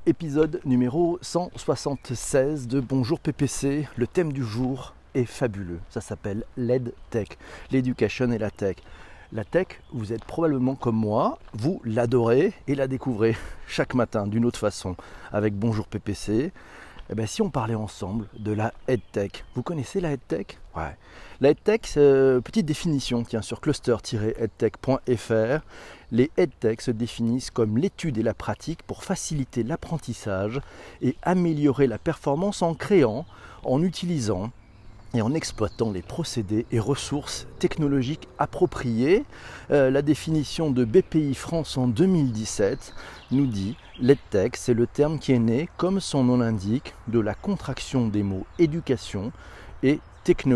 Épisode numéro 176 de Bonjour PPC. Le thème du jour est fabuleux. Ça s'appelle l'EdTech, l'éducation et la tech. La tech, vous êtes probablement comme moi, vous l'adorez et la découvrez chaque matin d'une autre façon avec Bonjour PPC. Eh bien, si on parlait ensemble de la EdTech, vous connaissez la EdTech ? Ouais. La EdTech, petite définition, sur cluster-edtech.fr. Les EdTech se définissent comme l'étude et la pratique pour faciliter l'apprentissage et améliorer la performance en créant, en utilisant et en exploitant les procédés et ressources technologiques appropriées. La définition de BPI France en 2017 nous dit « l'EdTech, c'est le terme qui est né, comme son nom l'indique, de la contraction des mots éducation et technologie ».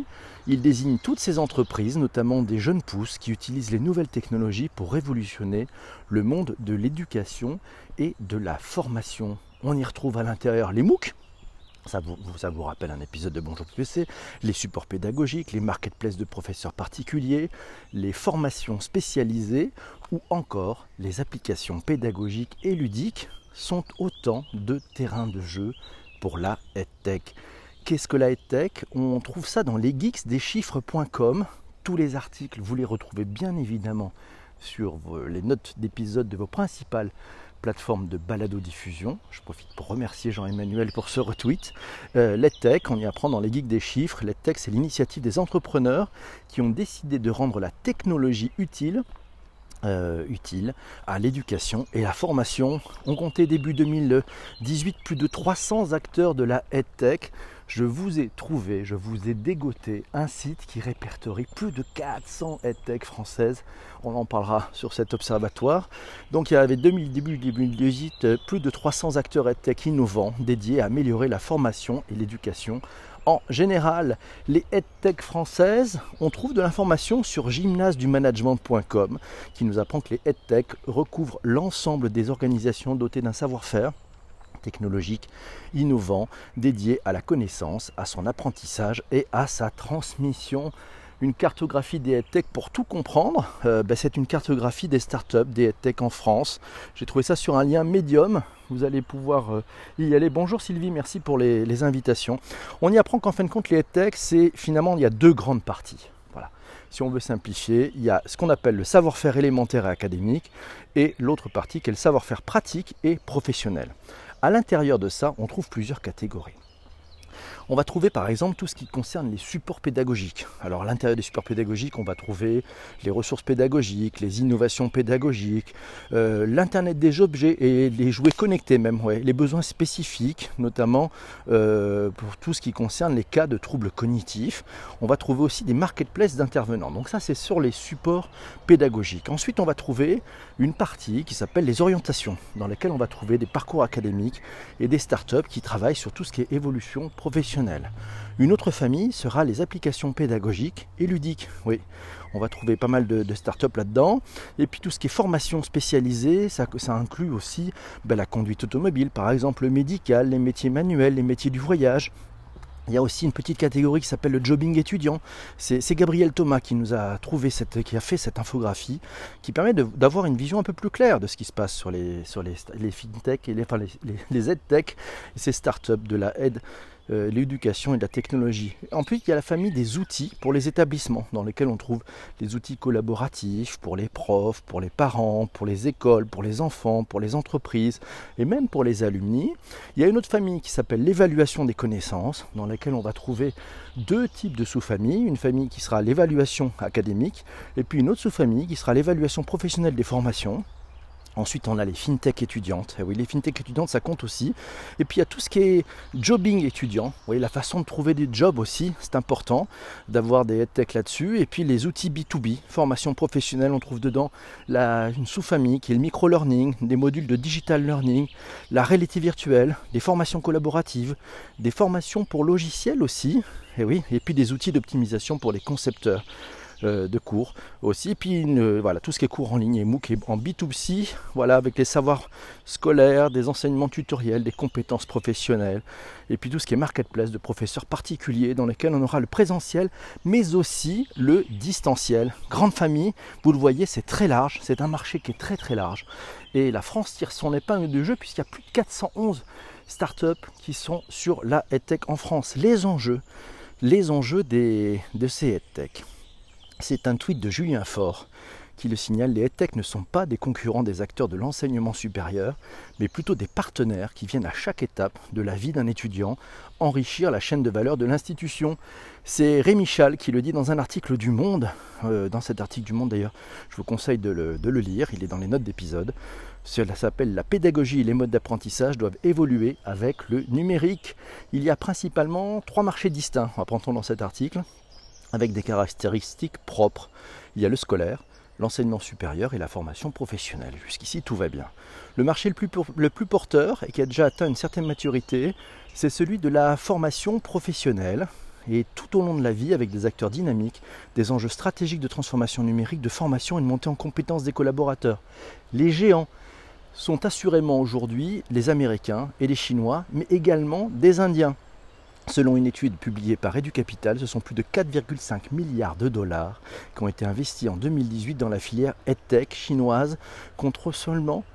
Il désigne toutes ces entreprises, notamment des jeunes pousses, qui utilisent les nouvelles technologies pour révolutionner le monde de l'éducation et de la formation. On y retrouve à l'intérieur les MOOC. Ça vous rappelle un épisode de Bonjour PPC, les supports pédagogiques, les marketplaces de professeurs particuliers, les formations spécialisées ou encore les applications pédagogiques et ludiques sont autant de terrains de jeu pour la EdTech. Qu'est-ce que la EdTech ? On trouve ça dans lesgeeksdeschiffres.com. Tous les articles, vous les retrouvez bien évidemment sur les notes d'épisode de vos principales plateforme de balado-diffusion. Je profite pour remercier Jean-Emmanuel pour ce retweet. L'EdTech, on y apprend dans les geeks des chiffres. L'EdTech, c'est l'initiative des entrepreneurs qui ont décidé de rendre la technologie utile à l'éducation et la formation. On comptait début 2018 plus de 300 acteurs de la EdTech. Je vous ai dégoté un site qui répertorie plus de 400 EdTech françaises. On en parlera sur cet observatoire. Donc il y avait début 2018 plus de 300 acteurs EdTech innovants dédiés à améliorer la formation et l'éducation. En général, les EdTech françaises, on trouve de l'information sur gymnasedumanagement.com qui nous apprend que les EdTech recouvrent l'ensemble des organisations dotées d'un savoir-faire technologique innovant, dédié à la connaissance, à son apprentissage et à sa transmission. Une cartographie des EdTech pour tout comprendre, c'est une cartographie des startups, des EdTech en France. J'ai trouvé ça sur un lien Medium, vous allez pouvoir y aller. Bonjour Sylvie, merci pour les invitations. On y apprend qu'en fin de compte les EdTech, il y a deux grandes parties. Voilà. Si on veut simplifier, il y a ce qu'on appelle le savoir-faire élémentaire et académique et l'autre partie qui est le savoir-faire pratique et professionnel. À l'intérieur de ça, on trouve plusieurs catégories. On va trouver par exemple tout ce qui concerne les supports pédagogiques. Alors à l'intérieur des supports pédagogiques, on va trouver les ressources pédagogiques, les innovations pédagogiques, l'internet des objets et les jouets connectés même, les besoins spécifiques, notamment pour tout ce qui concerne les cas de troubles cognitifs. On va trouver aussi des marketplaces d'intervenants. Donc ça c'est sur les supports pédagogiques. Ensuite on va trouver une partie qui s'appelle les orientations, dans laquelle on va trouver des parcours académiques et des startups qui travaillent sur tout ce qui est évolution professionnelle. Une autre famille sera les applications pédagogiques et ludiques. Oui, on va trouver pas mal de startups là-dedans. Et puis tout ce qui est formation spécialisée, ça inclut aussi la conduite automobile, par exemple le médical, les métiers manuels, les métiers du voyage. Il y a aussi une petite catégorie qui s'appelle le jobbing étudiant. C'est Gabriel Thomas qui a fait cette infographie qui permet d'avoir une vision un peu plus claire de ce qui se passe sur les fintech et les edtech et ces startups de la l'éducation et de la technologie. Ensuite, il y a la famille des outils pour les établissements, dans lesquels on trouve les outils collaboratifs pour les profs, pour les parents, pour les écoles, pour les enfants, pour les entreprises et même pour les alumni. Il y a une autre famille qui s'appelle l'évaluation des connaissances, dans laquelle on va trouver deux types de sous-familles. Une famille qui sera l'évaluation académique et puis une autre sous-famille qui sera l'évaluation professionnelle des formations. Ensuite, on a les fintech étudiantes. Et oui, les fintech étudiantes, ça compte aussi. Et puis, il y a tout ce qui est jobbing étudiant. Oui, la façon de trouver des jobs aussi, c'est important d'avoir des EdTech là-dessus. Et puis, les outils B2B, formation professionnelle, on trouve dedans une sous-famille qui est le micro-learning, des modules de digital learning, la réalité virtuelle, des formations collaboratives, des formations pour logiciels aussi. Et oui, et puis des outils d'optimisation pour les concepteurs. de cours aussi. Puis voilà, tout ce qui est cours en ligne et MOOC et en B2C, voilà, avec les savoirs scolaires, des enseignements tutoriels, des compétences professionnelles, et puis tout ce qui est marketplace de professeurs particuliers dans lesquels on aura le présentiel, mais aussi le distanciel. Grande famille, vous le voyez, c'est très large, c'est un marché qui est très très large. Et la France tire son épingle du jeu puisqu'il y a plus de 411 startups qui sont sur la EdTech en France. Les enjeux de ces EdTech. C'est un tweet de Julien Faure qui le signale. Les EdTech ne sont pas des concurrents des acteurs de l'enseignement supérieur, mais plutôt des partenaires qui viennent à chaque étape de la vie d'un étudiant enrichir la chaîne de valeur de l'institution. C'est Rémi Chal qui le dit dans un article du Monde. Dans cet article du Monde d'ailleurs, je vous conseille de le lire, il est dans les notes d'épisode. Cela s'appelle « La pédagogie et les modes d'apprentissage doivent évoluer avec le numérique ». Il y a principalement 3 marchés distincts, apprend-on dans cet article, avec des caractéristiques propres. Il y a le scolaire, l'enseignement supérieur et la formation professionnelle. Jusqu'ici, tout va bien. Le marché le plus porteur et qui a déjà atteint une certaine maturité, c'est celui de la formation professionnelle. Et tout au long de la vie, avec des acteurs dynamiques, des enjeux stratégiques de transformation numérique, de formation et de montée en compétences des collaborateurs. Les géants sont assurément aujourd'hui les Américains et les Chinois, mais également des Indiens. Selon une étude publiée par EduCapital, ce sont plus de 4,5 milliards de dollars qui ont été investis en 2018 dans la filière EdTech chinoise, contre seulement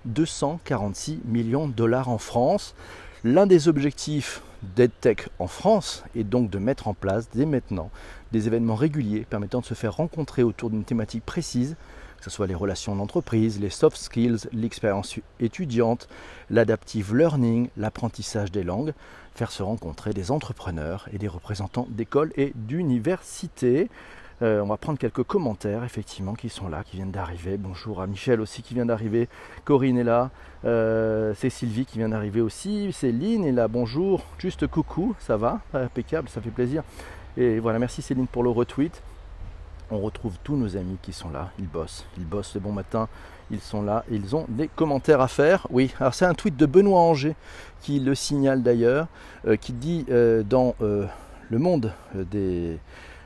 246 millions de dollars en France. L'un des objectifs d'EdTech en France est donc de mettre en place dès maintenant des événements réguliers permettant de se faire rencontrer autour d'une thématique précise, que ce soit les relations d'entreprise, les soft skills, l'expérience étudiante, l'adaptive learning, l'apprentissage des langues, faire se rencontrer des entrepreneurs et des représentants d'écoles et d'universités. On va prendre quelques commentaires effectivement qui sont là, qui viennent d'arriver. Bonjour à Michel aussi qui vient d'arriver, Corinne est là, c'est Sylvie qui vient d'arriver aussi, Céline est là, bonjour, juste coucou, ça va, impeccable, ça fait plaisir. Et voilà, merci Céline pour le retweet. On retrouve tous nos amis qui sont là, ils bossent le bon matin, ils sont là, et ils ont des commentaires à faire. Oui, alors c'est un tweet de Benoît Anger qui le signale d'ailleurs, qui dit dans Le Monde des...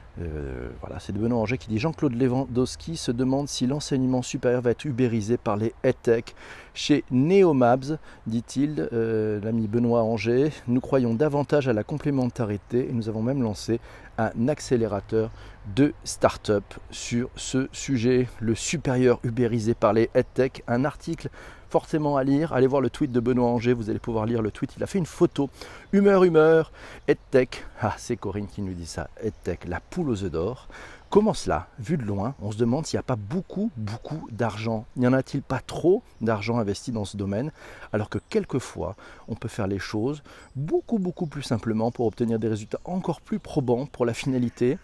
voilà, c'est de Benoît Anger qui dit « Jean-Claude Lewandowski se demande si l'enseignement supérieur va être ubérisé par les EdTech. Chez Neomabs, dit-il, l'ami Benoît Anger, nous croyons davantage à la complémentarité et nous avons même lancé un accélérateur de start-up sur ce sujet, le supérieur ubérisé par les EdTech ». Un article forcément à lire, allez voir le tweet de Benoît Anger, vous allez pouvoir lire le tweet, il a fait une photo, humeur, EdTech, ah c'est Corinne qui nous dit ça, EdTech, la poule aux œufs d'or. Comment cela, vu de loin, on se demande s'il n'y a pas beaucoup d'argent, n'y en a-t-il pas trop d'argent investi dans ce domaine, alors que quelquefois on peut faire les choses beaucoup plus simplement pour obtenir des résultats encore plus probants pour la finalité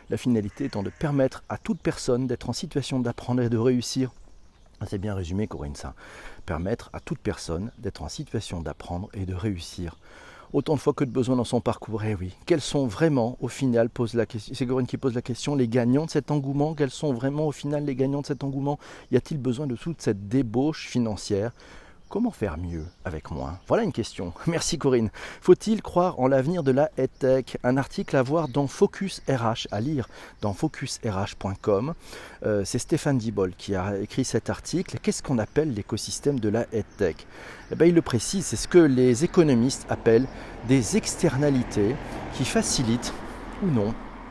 étant de permettre à toute personne d'être en situation d'apprendre et de réussir. C'est bien résumé Corinne ça. Permettre à toute personne d'être en situation d'apprendre et de réussir. Autant de fois que de besoin dans son parcours. Et oui, quels sont vraiment au final, c'est Corinne qui pose la question, les gagnants de cet engouement? Quels sont vraiment au final les gagnants de cet engouement? Y a-t-il besoin de toute cette débauche financière? Comment faire mieux avec moins? Voilà une question. Merci Corinne. Faut-il croire en l'avenir de la EdTech? Un article à voir dans Focus RH, à lire dans focusrh.com. C'est Stéphane Dibol qui a écrit cet article. Qu'est-ce qu'on appelle l'écosystème de la EdTech? Eh bien, il le précise, c'est ce que les économistes appellent des externalités qui facilitent ou non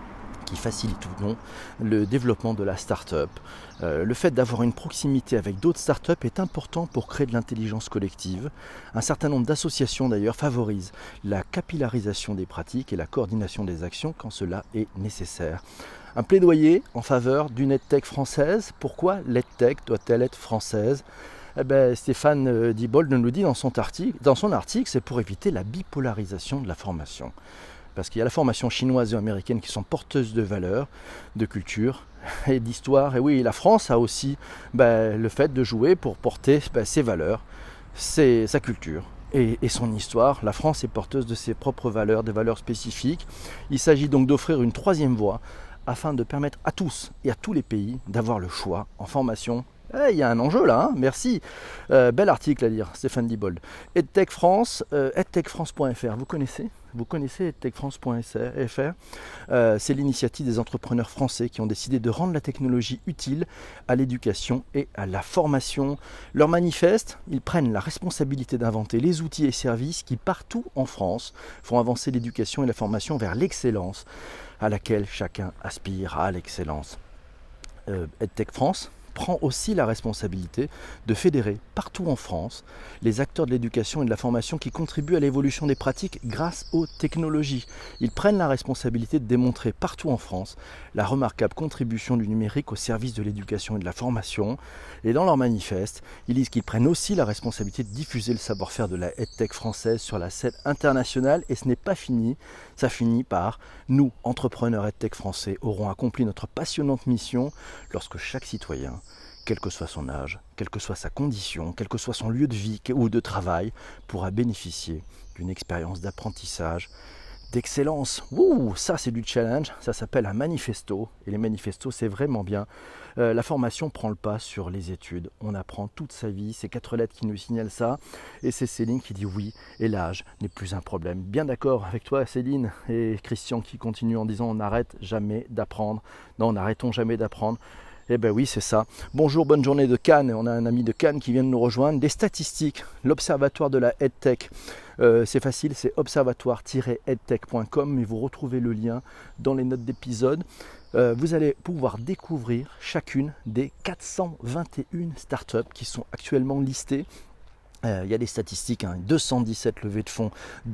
le développement de la start-up. Le fait d'avoir une proximité avec d'autres start-up est important pour créer de l'intelligence collective. Un certain nombre d'associations d'ailleurs favorisent la capillarisation des pratiques et la coordination des actions quand cela est nécessaire. Un plaidoyer en faveur d'une EdTech française. Pourquoi l'EdTech doit-elle être française? Eh bien, Stéphane Dibold nous le dit dans son article, c'est pour éviter la bipolarisation de la formation. Parce qu'il y a la formation chinoise et américaine qui sont porteuses de valeurs, de culture et d'histoire. Et oui, la France a aussi le fait de jouer pour porter ses valeurs, sa culture et son histoire. La France est porteuse de ses propres valeurs, des valeurs spécifiques. Il s'agit donc d'offrir une troisième voie afin de permettre à tous et à tous les pays d'avoir le choix en formation Il y a un enjeu là, hein, merci. Bel article à lire, Stéphane Diebold. EdTech France, edtechfrance.fr, vous connaissez edtechfrance.fr. C'est l'initiative des entrepreneurs français qui ont décidé de rendre la technologie utile à l'éducation et à la formation. Leur manifeste, ils prennent la responsabilité d'inventer les outils et services qui, partout en France, font avancer l'éducation et la formation vers l'excellence à laquelle chacun aspire, à l'excellence. EdTech France prend aussi la responsabilité de fédérer partout en France les acteurs de l'éducation et de la formation qui contribuent à l'évolution des pratiques grâce aux technologies. Ils prennent la responsabilité de démontrer partout en France la remarquable contribution du numérique au service de l'éducation et de la formation. Et dans leur manifeste, ils disent qu'ils prennent aussi la responsabilité de diffuser le savoir-faire de la EdTech française sur la scène internationale. Et ce n'est pas fini, ça finit par nous, entrepreneurs EdTech français, aurons accompli notre passionnante mission lorsque chaque citoyen, quel que soit son âge, quelle que soit sa condition, quel que soit son lieu de vie ou de travail, pourra bénéficier d'une expérience d'apprentissage, d'excellence. Ouh, ça c'est du challenge, ça s'appelle un manifesto. Et les manifestos, c'est vraiment bien. La formation prend le pas sur les études. On apprend toute sa vie, c'est 4 lettres qui nous signalent ça. Et c'est Céline qui dit oui, et l'âge n'est plus un problème. Bien d'accord avec toi Céline, et Christian qui continue en disant on n'arrête jamais d'apprendre. Non, n'arrêtons jamais d'apprendre. Eh bien oui, c'est ça. Bonjour, bonne journée de Cannes. On a un ami de Cannes qui vient de nous rejoindre. Des statistiques, l'Observatoire de la EdTech. C'est facile, c'est observatoire-edtech.com et vous retrouvez le lien dans les notes d'épisode. Vous allez pouvoir découvrir chacune des 421 startups qui sont actuellement listées. Il y a des statistiques, 217 levées de fonds,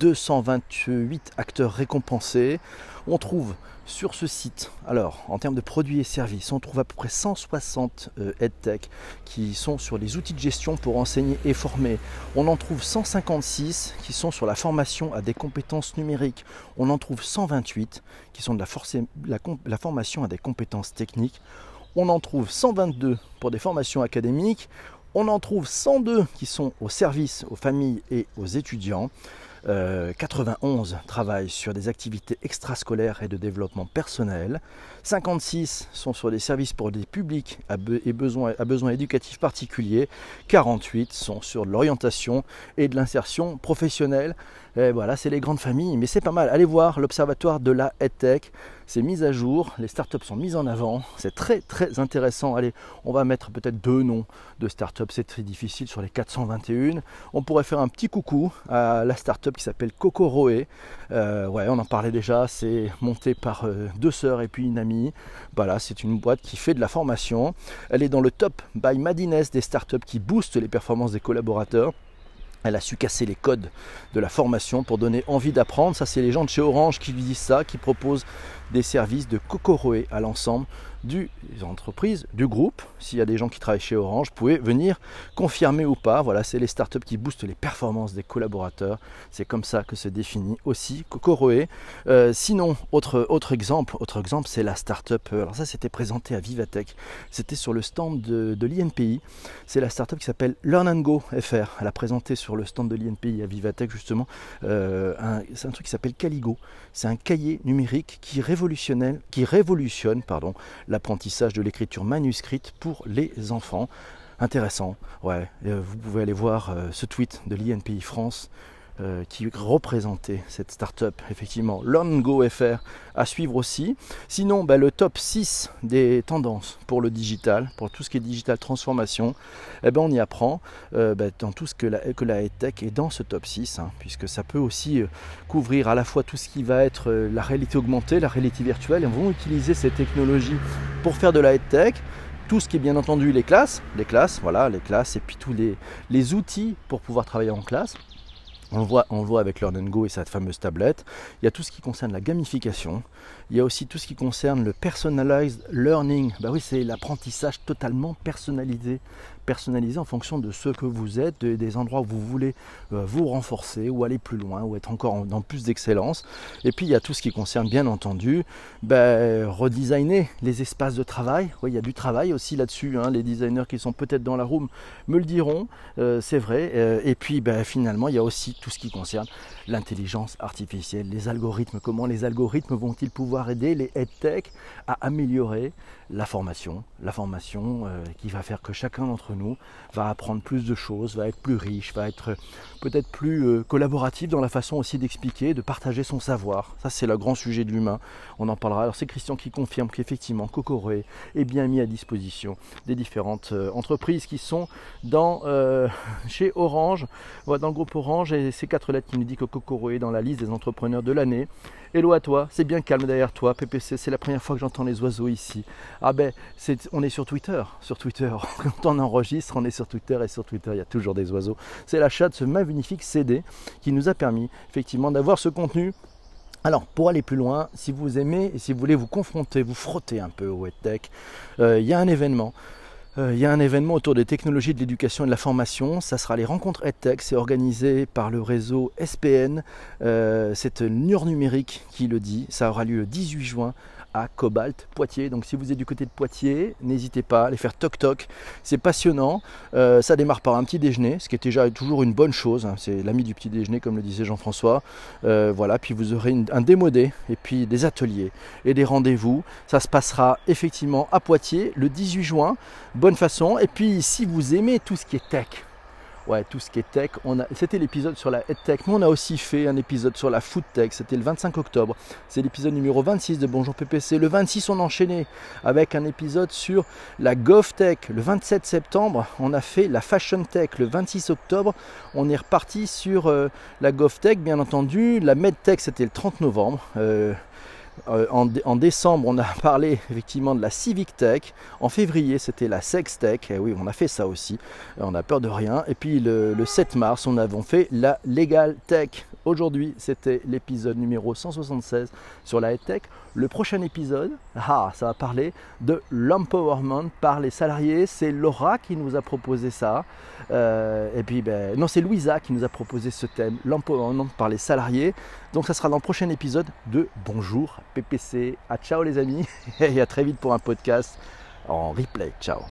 228 acteurs récompensés. On trouve sur ce site, alors en termes de produits et services, on trouve à peu près 160 EdTech qui sont sur les outils de gestion pour enseigner et former. On en trouve 156 qui sont sur la formation à des compétences numériques. On en trouve 128 qui sont de la formation à des compétences techniques. On en trouve 122 pour des formations académiques. On en trouve 102 qui sont au service aux familles et aux étudiants. 91 travaillent sur des activités extrascolaires et de développement personnel. 56 sont sur des services pour des publics à besoins éducatifs particuliers. 48 sont sur de l'orientation et de l'insertion professionnelle. Et voilà, c'est les grandes familles, mais c'est pas mal. Allez voir l'Observatoire de la EdTech. C'est mis à jour, les startups sont mises en avant. C'est très très intéressant. Allez, on va mettre peut-être 2 noms de startups. C'est très difficile sur les 421. On pourrait faire un petit coucou à la startup qui s'appelle Kokoroe. On en parlait déjà. C'est monté par 2 sœurs et puis une amie. Voilà, c'est une boîte qui fait de la formation. Elle est dans le top by Madines des startups qui boostent les performances des collaborateurs. Elle a su casser les codes de la formation pour donner envie d'apprendre. Ça, c'est les gens de chez Orange qui lui disent ça, qui proposent des services de Kokoroe à l'ensemble des entreprises, du groupe. S'il y a des gens qui travaillent chez Orange, vous pouvez venir confirmer ou pas. Voilà, c'est les startups qui boostent les performances des collaborateurs. C'est comme ça que se définit aussi Kokoroe. Sinon, autre exemple, c'est la startup. Alors ça, c'était présenté à Vivatech. C'était sur le stand de l'INPI. C'est la startup qui s'appelle Learn & Go FR. Elle a présenté sur le stand de l'INPI à Vivatech justement. C'est un truc qui s'appelle Caligo. C'est un cahier numérique qui révolutionne l'apprentissage de l'écriture manuscrite pour les enfants. Intéressant, ouais. Vous pouvez aller voir ce tweet de l'INPI France qui représentait cette start-up, effectivement, Learn & Go FR, à suivre aussi. Sinon, le top 6 des tendances pour le digital, pour tout ce qui est digital transformation, on y apprend dans tout ce que la EdTech est dans ce top 6, puisque ça peut aussi couvrir à la fois tout ce qui va être la réalité augmentée, la réalité virtuelle, et on va utiliser ces technologies pour faire de la EdTech. Tout ce qui est bien entendu les classes, et puis tous les outils pour pouvoir travailler en classe. On le voit avec Learn & Go et sa fameuse tablette. Il y a tout ce qui concerne la gamification. Il y a aussi tout ce qui concerne le personalized learning. Oui, c'est l'apprentissage totalement personnalisé personnalisé en fonction de ce que vous êtes, des endroits où vous voulez vous renforcer ou aller plus loin ou être encore dans plus d'excellence. Et puis il y a tout ce qui concerne bien entendu redesigner les espaces de travail. Oui, il y a du travail aussi là-dessus, hein. Les designers qui sont peut-être dans la room me le diront, c'est vrai. Et puis finalement il y a aussi tout ce qui concerne l'intelligence artificielle, les algorithmes. Comment les algorithmes vont-ils pouvoir aider les EdTech à améliorer la formation qui va faire que chacun d'entre nous va apprendre plus de choses, va être plus riche, va être peut-être plus collaboratif dans la façon aussi d'expliquer, de partager son savoir. Ça, c'est le grand sujet de l'humain. On en parlera. Alors c'est Christian qui confirme qu'effectivement Kokoroé est bien mis à disposition des différentes entreprises qui sont chez Orange, dans le groupe Orange, et ces 4 lettres qui nous disent que Kokoroé est dans la liste des entrepreneurs de l'année. Hello à toi, c'est bien calme derrière toi, PPC, c'est la première fois que j'entends les oiseaux ici. On est sur Twitter, quand on enregistre, on est sur Twitter, et sur Twitter il y a toujours des oiseaux. C'est l'achat de ce magnifique CD qui nous a permis effectivement d'avoir ce contenu. Alors, pour aller plus loin, si vous aimez et si vous voulez vous confronter, vous frotter un peu au EdTech, il y a un événement. Il y a un événement autour des technologies de l'éducation et de la formation, ça sera les rencontres EdTech, c'est organisé par le réseau SPN, c'est Nur Numérique qui le dit, ça aura lieu le 18 juin à Cobalt, Poitiers. Donc si vous êtes du côté de Poitiers, n'hésitez pas à aller faire toc-toc, c'est passionnant, ça démarre par un petit déjeuner, ce qui est déjà toujours une bonne chose, hein. C'est l'ami du petit déjeuner comme le disait Jean-François, voilà, puis vous aurez un démodé et puis des ateliers et des rendez-vous, ça se passera effectivement à Poitiers le 18 juin, bonne façon. Et puis si vous aimez tout ce qui est tech, tout ce qui est tech, c'était l'épisode sur la EdTech, mais on a aussi fait un épisode sur la FoodTech, c'était le 25 octobre, c'est l'épisode numéro 26 de Bonjour PPC. Le 26 on enchaînait avec un épisode sur la GovTech. Le 27 septembre on a fait la FashionTech. Le 26 octobre on est reparti sur la GovTech, bien entendu. La MedTech c'était le 30 novembre. En décembre, on a parlé effectivement de la Civic Tech. En février, c'était la Sex Tech. Et oui, on a fait ça aussi. On n'a peur de rien. Et puis le 7 mars, on avait fait la Legal Tech. Aujourd'hui, c'était l'épisode numéro 176 sur la EdTech. Le prochain épisode, ça va parler de l'empowerment par les salariés. C'est Laura qui nous a proposé ça. Et puis, non, c'est Louisa qui nous a proposé ce thème, l'empowerment par les salariés. Donc, ça sera dans le prochain épisode de Bonjour PPC. Ciao les amis et à très vite pour un podcast en replay. Ciao.